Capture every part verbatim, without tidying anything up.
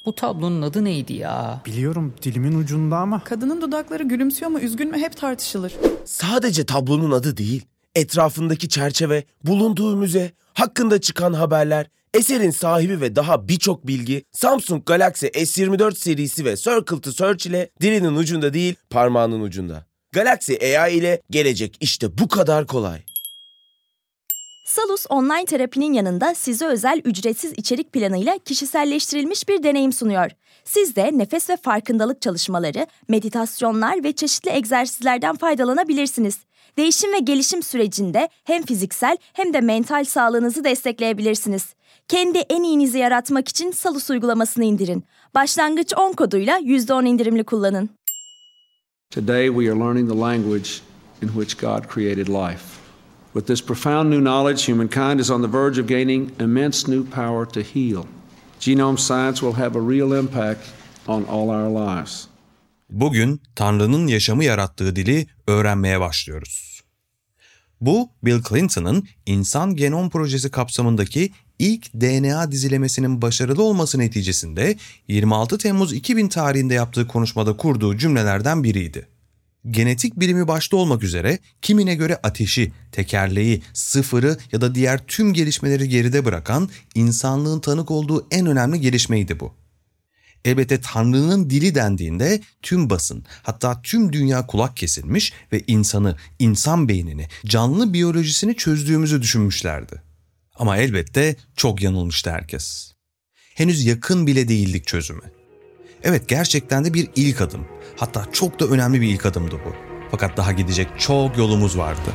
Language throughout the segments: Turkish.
Bu tablonun adı neydi ya? Biliyorum, dilimin ucunda ama. Kadının dudakları gülümsüyor mu, üzgün mü hep tartışılır. Sadece tablonun adı değil, etrafındaki çerçeve, bulunduğu müze, hakkında çıkan haberler, eserin sahibi ve daha birçok bilgi Samsung Galaxy S yirmi dört serisi ve Circle to Search ile dilinin ucunda değil, parmağının ucunda. Galaxy A I ile gelecek işte bu kadar kolay. Salus online terapinin yanında size özel ücretsiz içerik planıyla kişiselleştirilmiş bir deneyim sunuyor. Siz de nefes ve farkındalık çalışmaları, meditasyonlar ve çeşitli egzersizlerden faydalanabilirsiniz. Değişim ve gelişim sürecinde hem fiziksel hem de mental sağlığınızı destekleyebilirsiniz. Kendi en iyinizi yaratmak için Salus uygulamasını indirin. Başlangıç on koduyla yüzde on indirimli kullanın. Today we are learning the language in which God created life. With this profound new knowledge, humankind is on the verge of gaining immense new power to heal. Genome science will have a real impact on all our lives. Bugün Tanrı'nın yaşamı yarattığı dili öğrenmeye başlıyoruz. Bu, Bill Clinton'ın insan genom projesi kapsamındaki ilk D N A dizilemesinin başarılı olması neticesinde yirmi altı Temmuz iki bin tarihinde yaptığı konuşmada kurduğu cümlelerden biriydi. Genetik bilimi başta olmak üzere kimine göre ateşi, tekerleği, sıfırı ya da diğer tüm gelişmeleri geride bırakan insanlığın tanık olduğu en önemli gelişmeydi bu. Elbette Tanrı'nın dili dendiğinde tüm basın, hatta tüm dünya kulak kesilmiş ve insanı, insan beynini, canlı biyolojisini çözdüğümüzü düşünmüşlerdi. Ama elbette çok yanılmıştı herkes. Henüz yakın bile değildik çözüme. Evet, gerçekten de bir ilk adım. Hatta çok da önemli bir ilk adımdı bu. Fakat daha gidecek çok yolumuz vardı.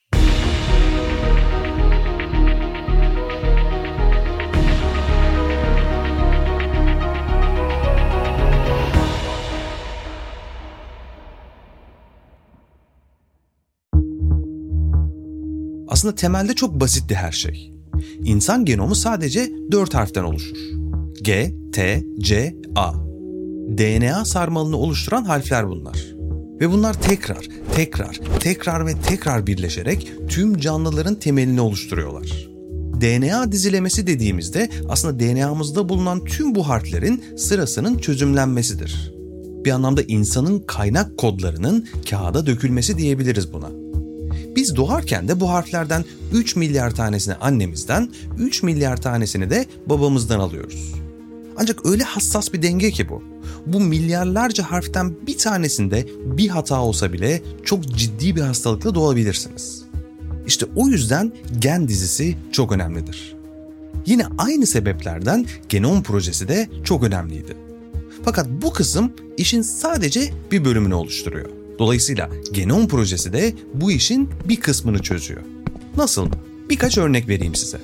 Aslında temelde çok basitti her şey. İnsan genomu sadece dört harften oluşur. G, T, C, A. D N A sarmalını oluşturan harfler bunlar. Ve bunlar tekrar, tekrar, tekrar ve tekrar birleşerek tüm canlıların temelini oluşturuyorlar. D N A dizilemesi dediğimizde aslında D N A'mızda bulunan tüm bu harflerin sırasının çözümlenmesidir. Bir anlamda insanın kaynak kodlarının kağıda dökülmesi diyebiliriz buna. Biz doğarken de bu harflerden üç milyar tanesini annemizden, üç milyar tanesini de babamızdan alıyoruz. Ancak öyle hassas bir denge ki bu. Bu milyarlarca harften bir tanesinde bir hata olsa bile çok ciddi bir hastalıkla doğabilirsiniz. İşte o yüzden gen dizisi çok önemlidir. Yine aynı sebeplerden genom projesi de çok önemliydi. Fakat bu kısım işin sadece bir bölümünü oluşturuyor. Dolayısıyla genom projesi de bu işin bir kısmını çözüyor. Nasıl mı? Birkaç örnek vereyim size.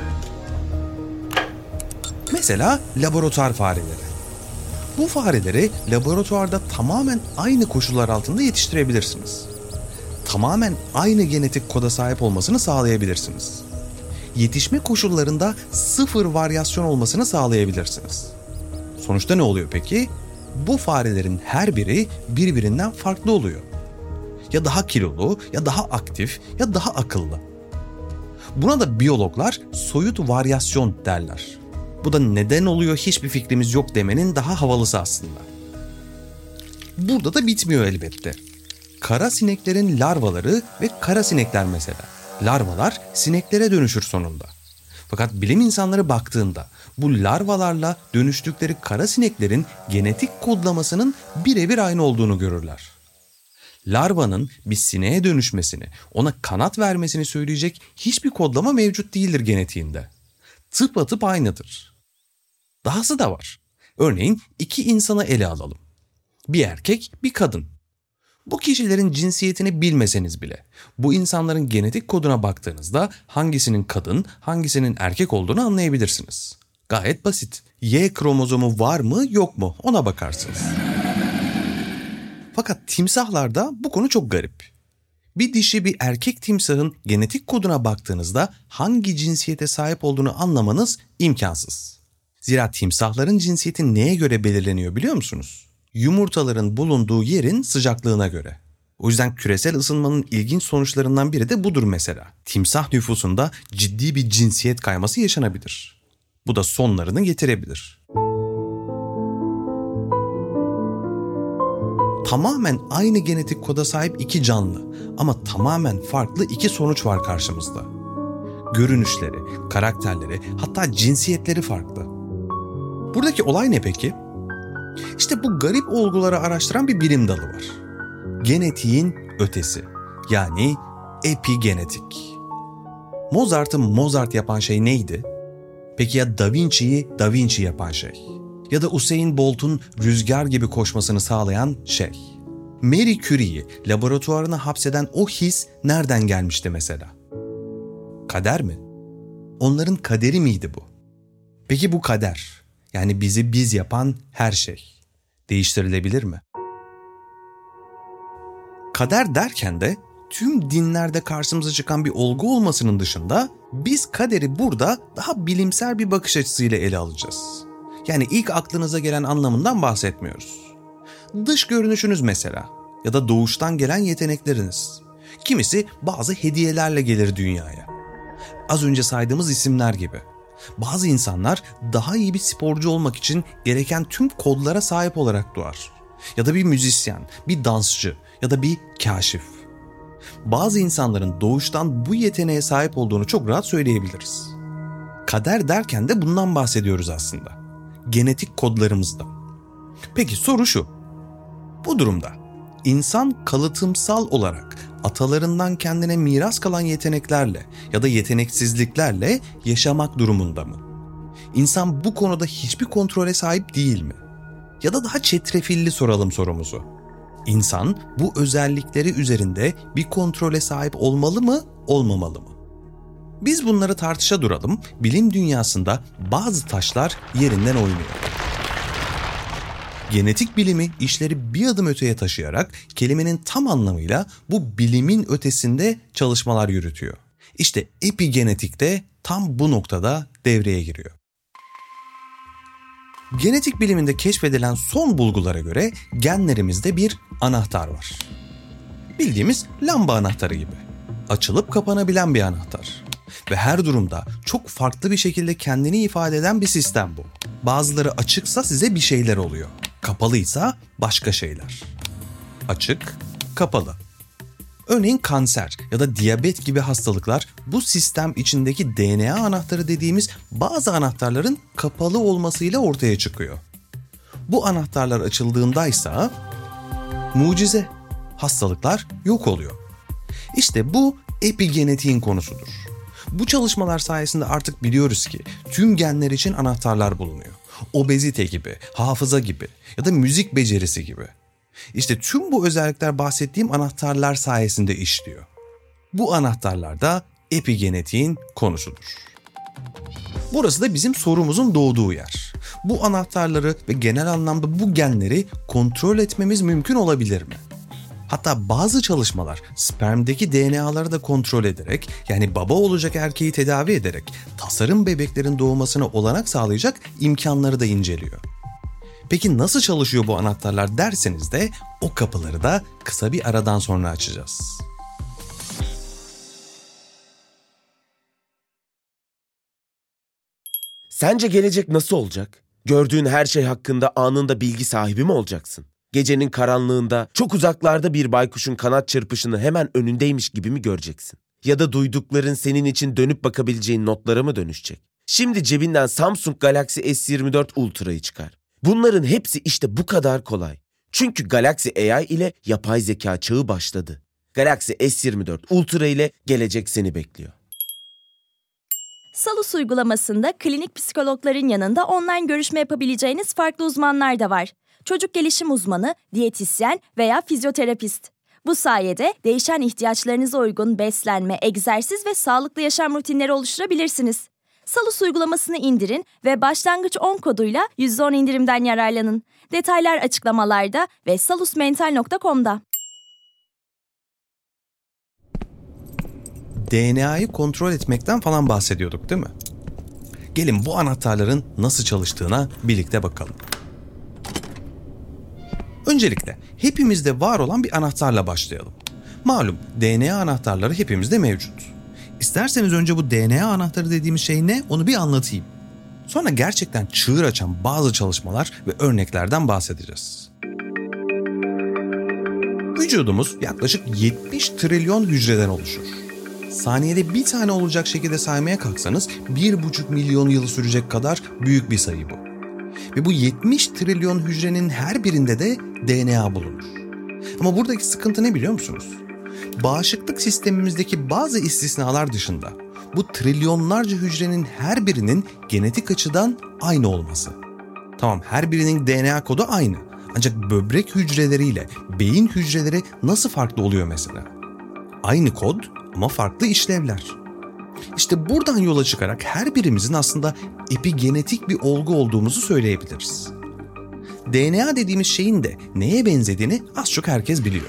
Mesela laboratuvar fareleri. Bu fareleri laboratuvarda tamamen aynı koşullar altında yetiştirebilirsiniz. Tamamen aynı genetik koda sahip olmasını sağlayabilirsiniz. Yetişme koşullarında sıfır varyasyon olmasını sağlayabilirsiniz. Sonuçta ne oluyor peki? Bu farelerin her biri birbirinden farklı oluyor. Ya daha kilolu, ya daha aktif, ya daha akıllı. Buna da biyologlar soyut varyasyon derler. Bu da neden oluyor hiçbir fikrimiz yok demenin daha havalısı aslında. Burada da bitmiyor elbette. Kara sineklerin larvaları ve kara sinekler mesela. Larvalar sineklere dönüşür sonunda. Fakat bilim insanları baktığında bu larvalarla dönüştükleri kara sineklerin genetik kodlamasının birebir aynı olduğunu görürler. Larvanın bir sineğe dönüşmesini, ona kanat vermesini söyleyecek hiçbir kodlama mevcut değildir genetiğinde. Tıpatıp aynıdır. Dahası da var. Örneğin iki insanı ele alalım. Bir erkek, bir kadın. Bu kişilerin cinsiyetini bilmeseniz bile bu insanların genetik koduna baktığınızda hangisinin kadın, hangisinin erkek olduğunu anlayabilirsiniz. Gayet basit. Y kromozomu var mı, yok mu? Ona bakarsınız. Fakat timsahlarda bu konu çok garip. Bir dişi bir erkek timsahın genetik koduna baktığınızda hangi cinsiyete sahip olduğunu anlamanız imkansız. Zira timsahların cinsiyeti neye göre belirleniyor biliyor musunuz? Yumurtaların bulunduğu yerin sıcaklığına göre. O yüzden küresel ısınmanın ilginç sonuçlarından biri de budur mesela. Timsah nüfusunda ciddi bir cinsiyet kayması yaşanabilir. Bu da sonlarını getirebilir. Tamamen aynı genetik koda sahip iki canlı ama tamamen farklı iki sonuç var karşımızda. Görünüşleri, karakterleri, hatta cinsiyetleri farklı. Buradaki olay ne peki? İşte bu garip olguları araştıran bir bilim dalı var. Genetiğin ötesi, yani epigenetik. Mozart'ı Mozart yapan şey neydi? Peki ya Da Vinci'yi Da Vinci yapan şey? Ya da Usain Bolt'un rüzgar gibi koşmasını sağlayan şey? Marie Curie'yi laboratuvarına hapseden o his nereden gelmişti mesela? Kader mi? Onların kaderi miydi bu? Peki bu kader, yani bizi biz yapan her şey, değiştirilebilir mi? Kader derken de tüm dinlerde karşımıza çıkan bir olgu olmasının dışında biz kaderi burada daha bilimsel bir bakış açısıyla ele alacağız. Yani ilk aklınıza gelen anlamından bahsetmiyoruz. Dış görünüşünüz mesela ya da doğuştan gelen yetenekleriniz. Kimisi bazı hediyelerle gelir dünyaya. Az önce saydığımız isimler gibi. Bazı insanlar daha iyi bir sporcu olmak için gereken tüm kodlara sahip olarak doğar. Ya da bir müzisyen, bir dansçı ya da bir kaşif. Bazı insanların doğuştan bu yeteneğe sahip olduğunu çok rahat söyleyebiliriz. Kader derken de bundan bahsediyoruz aslında. Genetik kodlarımızdan. Peki soru şu. Bu durumda insan kalıtımsal olarak atalarından kendine miras kalan yeteneklerle ya da yeteneksizliklerle yaşamak durumunda mı? İnsan bu konuda hiçbir kontrole sahip değil mi? Ya da daha çetrefilli soralım sorumuzu. İnsan bu özellikleri üzerinde bir kontrole sahip olmalı mı, olmamalı mı? Biz bunları tartışa duralım, bilim dünyasında bazı taşlar yerinden oynuyor. Genetik bilimi işleri bir adım öteye taşıyarak kelimenin tam anlamıyla bu bilimin ötesinde çalışmalar yürütüyor. İşte epigenetik de tam bu noktada devreye giriyor. Genetik biliminde keşfedilen son bulgulara göre genlerimizde bir anahtar var. Bildiğimiz lamba anahtarı gibi. Açılıp kapanabilen bir anahtar. Ve her durumda çok farklı bir şekilde kendini ifade eden bir sistem bu. Bazıları açıksa size bir şeyler oluyor. Kapalıysa başka şeyler. Açık, kapalı. Örneğin kanser ya da diyabet gibi hastalıklar bu sistem içindeki D N A anahtarı dediğimiz bazı anahtarların kapalı olmasıyla ortaya çıkıyor. Bu anahtarlar açıldığındaysa mucize, hastalıklar yok oluyor. İşte bu epigenetiğin konusudur. Bu çalışmalar sayesinde artık biliyoruz ki tüm genler için anahtarlar bulunuyor. Obezite gibi, hafıza gibi ya da müzik becerisi gibi. İşte tüm bu özellikler bahsettiğim anahtarlar sayesinde işliyor. Bu anahtarlar da epigenetiğin konusudur. Burası da bizim sorumuzun doğduğu yer. Bu anahtarları ve genel anlamda bu genleri kontrol etmemiz mümkün olabilir mi? Hatta bazı çalışmalar spermdeki D N A'ları da kontrol ederek, yani baba olacak erkeği tedavi ederek tasarım bebeklerin doğmasına olanak sağlayacak imkanları da inceliyor. Peki nasıl çalışıyor bu anahtarlar derseniz de o kapıları da kısa bir aradan sonra açacağız. Sence gelecek nasıl olacak? Gördüğün her şey hakkında anında bilgi sahibi mi olacaksın? Gecenin karanlığında çok uzaklarda bir baykuşun kanat çırpışını hemen önündeymiş gibi mi göreceksin? Ya da duydukların senin için dönüp bakabileceğin notlara mı dönüşecek? Şimdi cebinden Samsung Galaxy S yirmi dört Ultra'yı çıkar. Bunların hepsi işte bu kadar kolay. Çünkü Galaxy A I ile yapay zeka çağı başladı. Galaxy S yirmi dört Ultra ile gelecek seni bekliyor. Salus uygulamasında klinik psikologların yanında online görüşme yapabileceğiniz farklı uzmanlar da var. Çocuk gelişim uzmanı, diyetisyen veya fizyoterapist. Bu sayede değişen ihtiyaçlarınıza uygun beslenme, egzersiz ve sağlıklı yaşam rutinleri oluşturabilirsiniz. Salus uygulamasını indirin ve başlangıç on koduyla yüzde on indirimden yararlanın. Detaylar açıklamalarda ve salusmental nokta com'da. D N A'yı kontrol etmekten falan bahsediyorduk değil mi? Gelin bu anahtarların nasıl çalıştığına birlikte bakalım. Öncelikle hepimizde var olan bir anahtarla başlayalım. Malum D N A anahtarları hepimizde mevcut. İsterseniz önce bu D N A anahtarı dediğimiz şey ne onu bir anlatayım. Sonra gerçekten çığır açan bazı çalışmalar ve örneklerden bahsedeceğiz. Vücudumuz yaklaşık yetmiş trilyon hücreden oluşur. Saniyede bir tane olacak şekilde saymaya kalksanız bir buçuk milyon yıl sürecek kadar büyük bir sayı bu. Ve bu yetmiş trilyon hücrenin her birinde de D N A bulunur. Ama buradaki sıkıntı ne biliyor musunuz? Bağışıklık sistemimizdeki bazı istisnalar dışında bu trilyonlarca hücrenin her birinin genetik açıdan aynı olması. Tamam, her birinin D N A kodu aynı. Ancak böbrek hücreleriyle beyin hücreleri nasıl farklı oluyor mesela? Aynı kod ama farklı işlevler. İşte buradan yola çıkarak her birimizin aslında epigenetik bir olgu olduğumuzu söyleyebiliriz. D N A dediğimiz şeyin de neye benzediğini az çok herkes biliyor.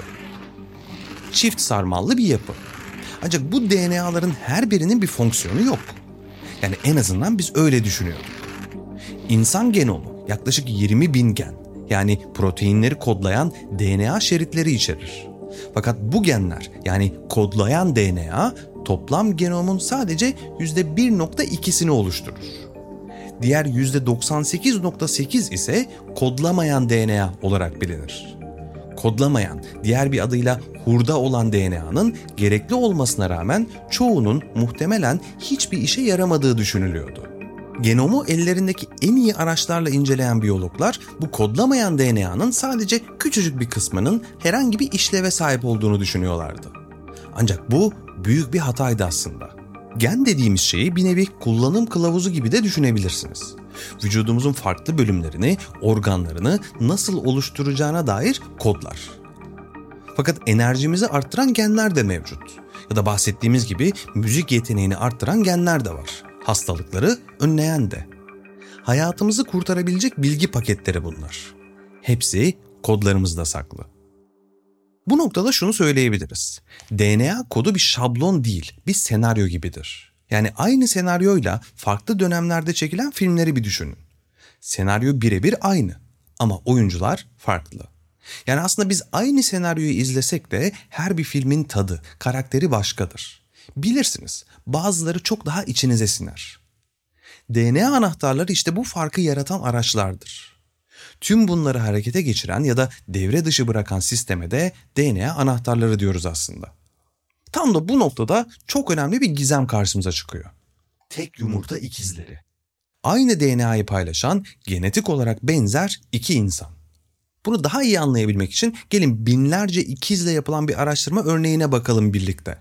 Çift sarmallı bir yapı. Ancak bu D N A'ların her birinin bir fonksiyonu yok. Yani en azından biz öyle düşünüyorduk. İnsan genomu yaklaşık yirmi bin gen, yani proteinleri kodlayan D N A şeritleri içerir. Fakat bu genler, yani kodlayan D N A toplam genomun sadece yüzde bir nokta ikisini oluşturur. Diğer yüzde doksan sekiz nokta sekiz ise kodlamayan D N A olarak bilinir. Kodlamayan, diğer bir adıyla hurda olan D N A'nın gerekli olmasına rağmen çoğunun muhtemelen hiçbir işe yaramadığı düşünülüyordu. Genomu ellerindeki en iyi araçlarla inceleyen biyologlar bu kodlamayan D N A'nın sadece küçücük bir kısmının herhangi bir işleve sahip olduğunu düşünüyorlardı. Ancak bu büyük bir hataydı aslında. Gen dediğimiz şeyi bir nevi kullanım kılavuzu gibi de düşünebilirsiniz. Vücudumuzun farklı bölümlerini, organlarını nasıl oluşturacağına dair kodlar. Fakat enerjimizi arttıran genler de mevcut. Ya da bahsettiğimiz gibi müzik yeteneğini arttıran genler de var. Hastalıkları önleyen de. Hayatımızı kurtarabilecek bilgi paketleri bunlar. Hepsi kodlarımızda saklı. Bu noktada şunu söyleyebiliriz. D N A kodu bir şablon değil, bir senaryo gibidir. Yani aynı senaryoyla farklı dönemlerde çekilen filmleri bir düşünün. Senaryo birebir aynı ama oyuncular farklı. Yani aslında biz aynı senaryoyu izlesek de her bir filmin tadı, karakteri başkadır. Bilirsiniz, bazıları çok daha içinize siner. D N A anahtarları işte bu farkı yaratan araçlardır. Tüm bunları harekete geçiren ya da devre dışı bırakan sisteme de D N A anahtarları diyoruz aslında. Tam da bu noktada çok önemli bir gizem karşımıza çıkıyor. Tek yumurta ikizleri. Aynı D N A'yı paylaşan, genetik olarak benzer iki insan. Bunu daha iyi anlayabilmek için gelin binlerce ikizle yapılan bir araştırma örneğine bakalım birlikte.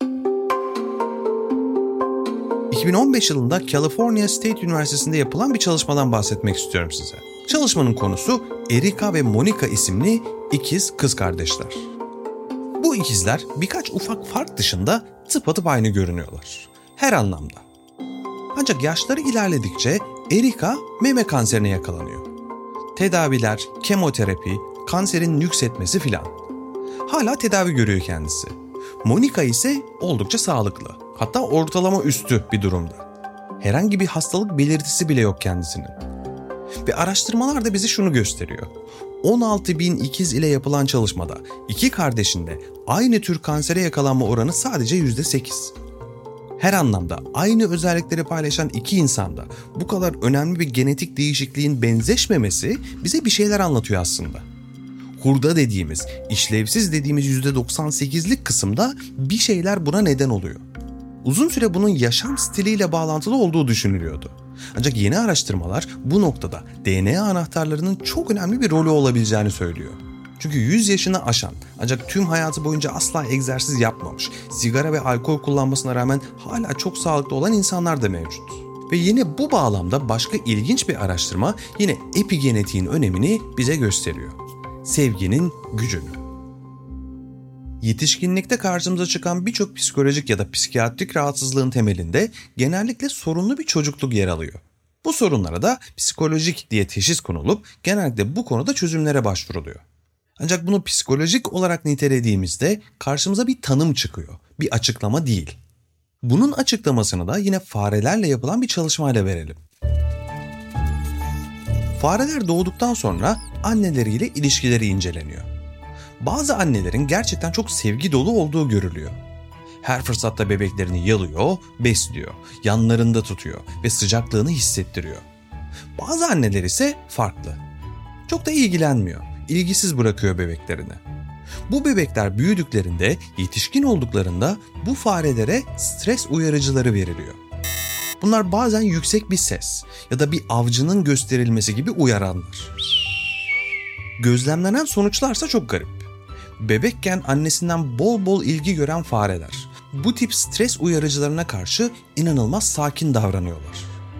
iki bin on beş yılında California State Üniversitesi'nde yapılan bir çalışmadan bahsetmek istiyorum size. Çalışmanın konusu Erika ve Monica isimli ikiz kız kardeşler. Bu ikizler birkaç ufak fark dışında tıpatıp aynı görünüyorlar. Her anlamda. Ancak yaşları ilerledikçe Erika meme kanserine yakalanıyor. Tedaviler, kemoterapi, kanserin nüksetmesi filan. Hala tedavi görüyor kendisi. Monica ise oldukça sağlıklı. Hatta ortalama üstü bir durumda. Herhangi bir hastalık belirtisi bile yok kendisinin. Ve araştırmalar da bize şunu gösteriyor. on altı bin ikiz ile yapılan çalışmada iki kardeşin de aynı tür kansere yakalanma oranı sadece yüzde sekiz. Her anlamda aynı özellikleri paylaşan iki insanda bu kadar önemli bir genetik değişikliğin benzeşmemesi bize bir şeyler anlatıyor aslında. Hurda dediğimiz, işlevsiz dediğimiz yüzde doksan sekizlik kısımda bir şeyler buna neden oluyor. Uzun süre bunun yaşam stiliyle bağlantılı olduğu düşünülüyordu. Ancak yeni araştırmalar bu noktada D N A anahtarlarının çok önemli bir rolü olabileceğini söylüyor. Çünkü yüz yaşını aşan ancak tüm hayatı boyunca asla egzersiz yapmamış, sigara ve alkol kullanmasına rağmen hala çok sağlıklı olan insanlar da mevcut. Ve yine bu bağlamda başka ilginç bir araştırma yine epigenetiğin önemini bize gösteriyor. Sevginin gücünü. Yetişkinlikte karşımıza çıkan birçok psikolojik ya da psikiyatrik rahatsızlığın temelinde genellikle sorunlu bir çocukluk yer alıyor. Bu sorunlara da psikolojik diye teşhis konulup genellikle bu konuda çözümlere başvuruluyor. Ancak bunu psikolojik olarak nitelediğimizde karşımıza bir tanım çıkıyor, bir açıklama değil. Bunun açıklamasını da yine farelerle yapılan bir çalışmayla verelim. Fareler doğduktan sonra anneleriyle ilişkileri inceleniyor. Bazı annelerin gerçekten çok sevgi dolu olduğu görülüyor. Her fırsatta bebeklerini yalıyor, besliyor, yanlarında tutuyor ve sıcaklığını hissettiriyor. Bazı anneler ise farklı. Çok da ilgilenmiyor, ilgisiz bırakıyor bebeklerini. Bu bebekler büyüdüklerinde, yetişkin olduklarında bu farelere stres uyarıcıları veriliyor. Bunlar bazen yüksek bir ses ya da bir avcının gösterilmesi gibi uyaranlar. Gözlemlenen sonuçlarsa çok garip. Bebekken annesinden bol bol ilgi gören fareler bu tip stres uyarıcılarına karşı inanılmaz sakin davranıyorlar.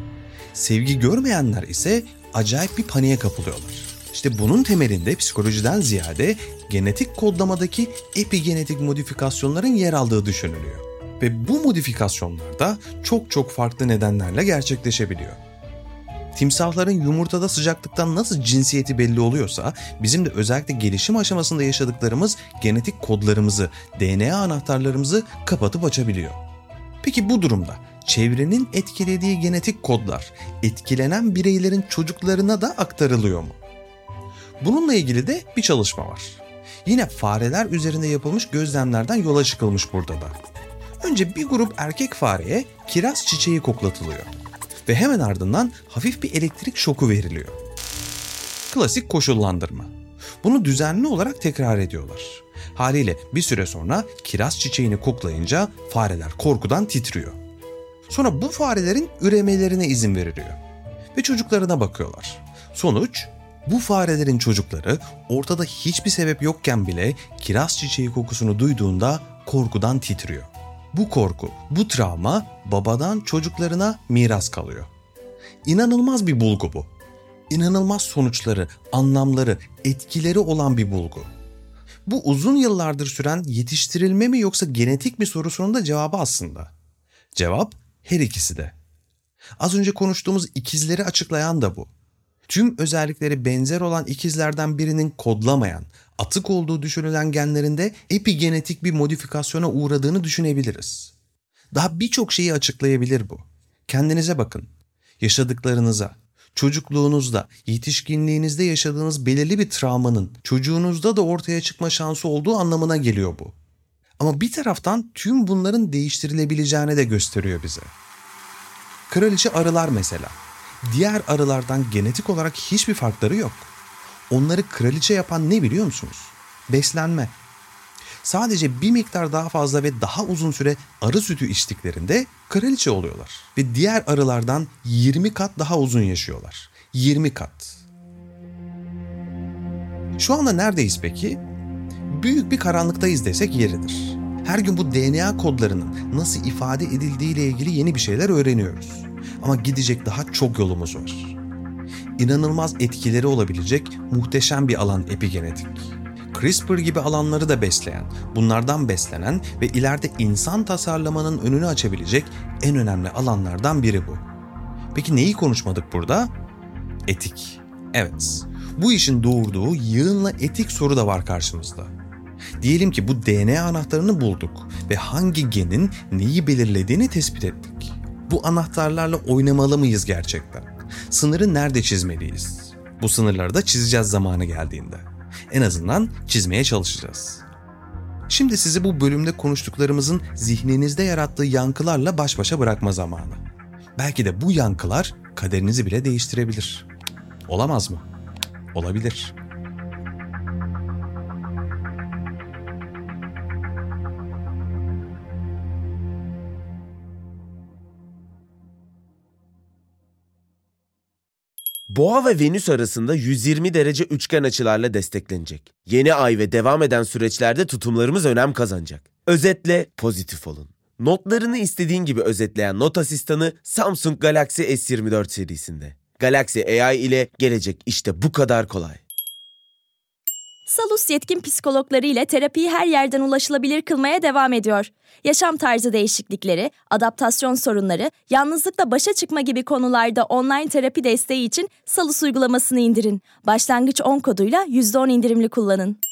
Sevgi görmeyenler ise acayip bir paniğe kapılıyorlar. İşte bunun temelinde psikolojiden ziyade genetik kodlamadaki epigenetik modifikasyonların yer aldığı düşünülüyor. Ve bu modifikasyonlar da çok çok farklı nedenlerle gerçekleşebiliyor. Timsahların yumurtada sıcaklıktan nasıl cinsiyeti belli oluyorsa, bizim de özellikle gelişim aşamasında yaşadıklarımız genetik kodlarımızı, D N A anahtarlarımızı kapatıp açabiliyor. Peki bu durumda çevrenin etkilediği genetik kodlar etkilenen bireylerin çocuklarına da aktarılıyor mu? Bununla ilgili de bir çalışma var. Yine fareler üzerinde yapılmış gözlemlerden yola çıkılmış burada da. Önce bir grup erkek fareye kiraz çiçeği koklatılıyor ve hemen ardından hafif bir elektrik şoku veriliyor. Klasik koşullandırma. Bunu düzenli olarak tekrar ediyorlar. Haliyle bir süre sonra kiraz çiçeğini koklayınca fareler korkudan titriyor. Sonra bu farelerin üremelerine izin veriliyor ve çocuklarına bakıyorlar. Sonuç, bu farelerin çocukları ortada hiçbir sebep yokken bile kiraz çiçeği kokusunu duyduğunda korkudan titriyor. Bu korku, bu travma babadan çocuklarına miras kalıyor. İnanılmaz bir bulgu bu. İnanılmaz sonuçları, anlamları, etkileri olan bir bulgu. Bu uzun yıllardır süren yetiştirilme mi yoksa genetik mi sorusunun da cevabı aslında. Cevap her ikisi de. Az önce konuştuğumuz ikizleri açıklayan da bu. Tüm özellikleri benzer olan ikizlerden birinin kodlamayan, atık olduğu düşünülen genlerinde epigenetik bir modifikasyona uğradığını düşünebiliriz. Daha birçok şeyi açıklayabilir bu. Kendinize bakın. Yaşadıklarınıza, çocukluğunuzda, yetişkinliğinizde yaşadığınız belirli bir travmanın çocuğunuzda da ortaya çıkma şansı olduğu anlamına geliyor bu. Ama bir taraftan tüm bunların değiştirilebileceğini de gösteriyor bize. Kraliçe arılar mesela. Diğer arılardan genetik olarak hiçbir farkları yok. Onları kraliçe yapan ne biliyor musunuz? Beslenme. Sadece bir miktar daha fazla ve daha uzun süre arı sütü içtiklerinde kraliçe oluyorlar. Ve diğer arılardan yirmi kat daha uzun yaşıyorlar. yirmi kat. Şu anda neredeyiz peki? Büyük bir karanlıktayız desek yeridir. Her gün bu D N A kodlarının nasıl ifade edildiğiyle ilgili yeni bir şeyler öğreniyoruz. Ama gidecek daha çok yolumuz var. İnanılmaz etkileri olabilecek muhteşem bir alan epigenetik. CRISPR gibi alanları da besleyen, bunlardan beslenen ve ileride insan tasarlamanın önünü açabilecek en önemli alanlardan biri bu. Peki neyi konuşmadık burada? Etik. Evet, bu işin doğurduğu yığınla etik soru da var karşımızda. Diyelim ki bu D N A anahtarını bulduk ve hangi genin neyi belirlediğini tespit ettik. Bu anahtarlarla oynamalı mıyız gerçekten? Sınırı nerede çizmeliyiz? Bu sınırları da çizeceğiz zamanı geldiğinde. En azından çizmeye çalışacağız. Şimdi sizi bu bölümde konuştuklarımızın zihninizde yarattığı yankılarla baş başa bırakma zamanı. Belki de bu yankılar kaderinizi bile değiştirebilir. Olamaz mı? Olabilir. Boğa ve Venüs arasında yüz yirmi derece üçgen açılarla desteklenecek. Yeni ay ve devam eden süreçlerde tutumlarımız önem kazanacak. Özetle pozitif olun. Notlarını istediğin gibi özetleyen not asistanı Samsung Galaxy S yirmi dört serisinde. Galaxy A I ile gelecek işte bu kadar kolay. Salus yetkin psikologları ile terapiyi her yerden ulaşılabilir kılmaya devam ediyor. Yaşam tarzı değişiklikleri, adaptasyon sorunları, yalnızlıkla başa çıkma gibi konularda online terapi desteği için Salus uygulamasını indirin. Başlangıç on koduyla yüzde on indirimli kullanın.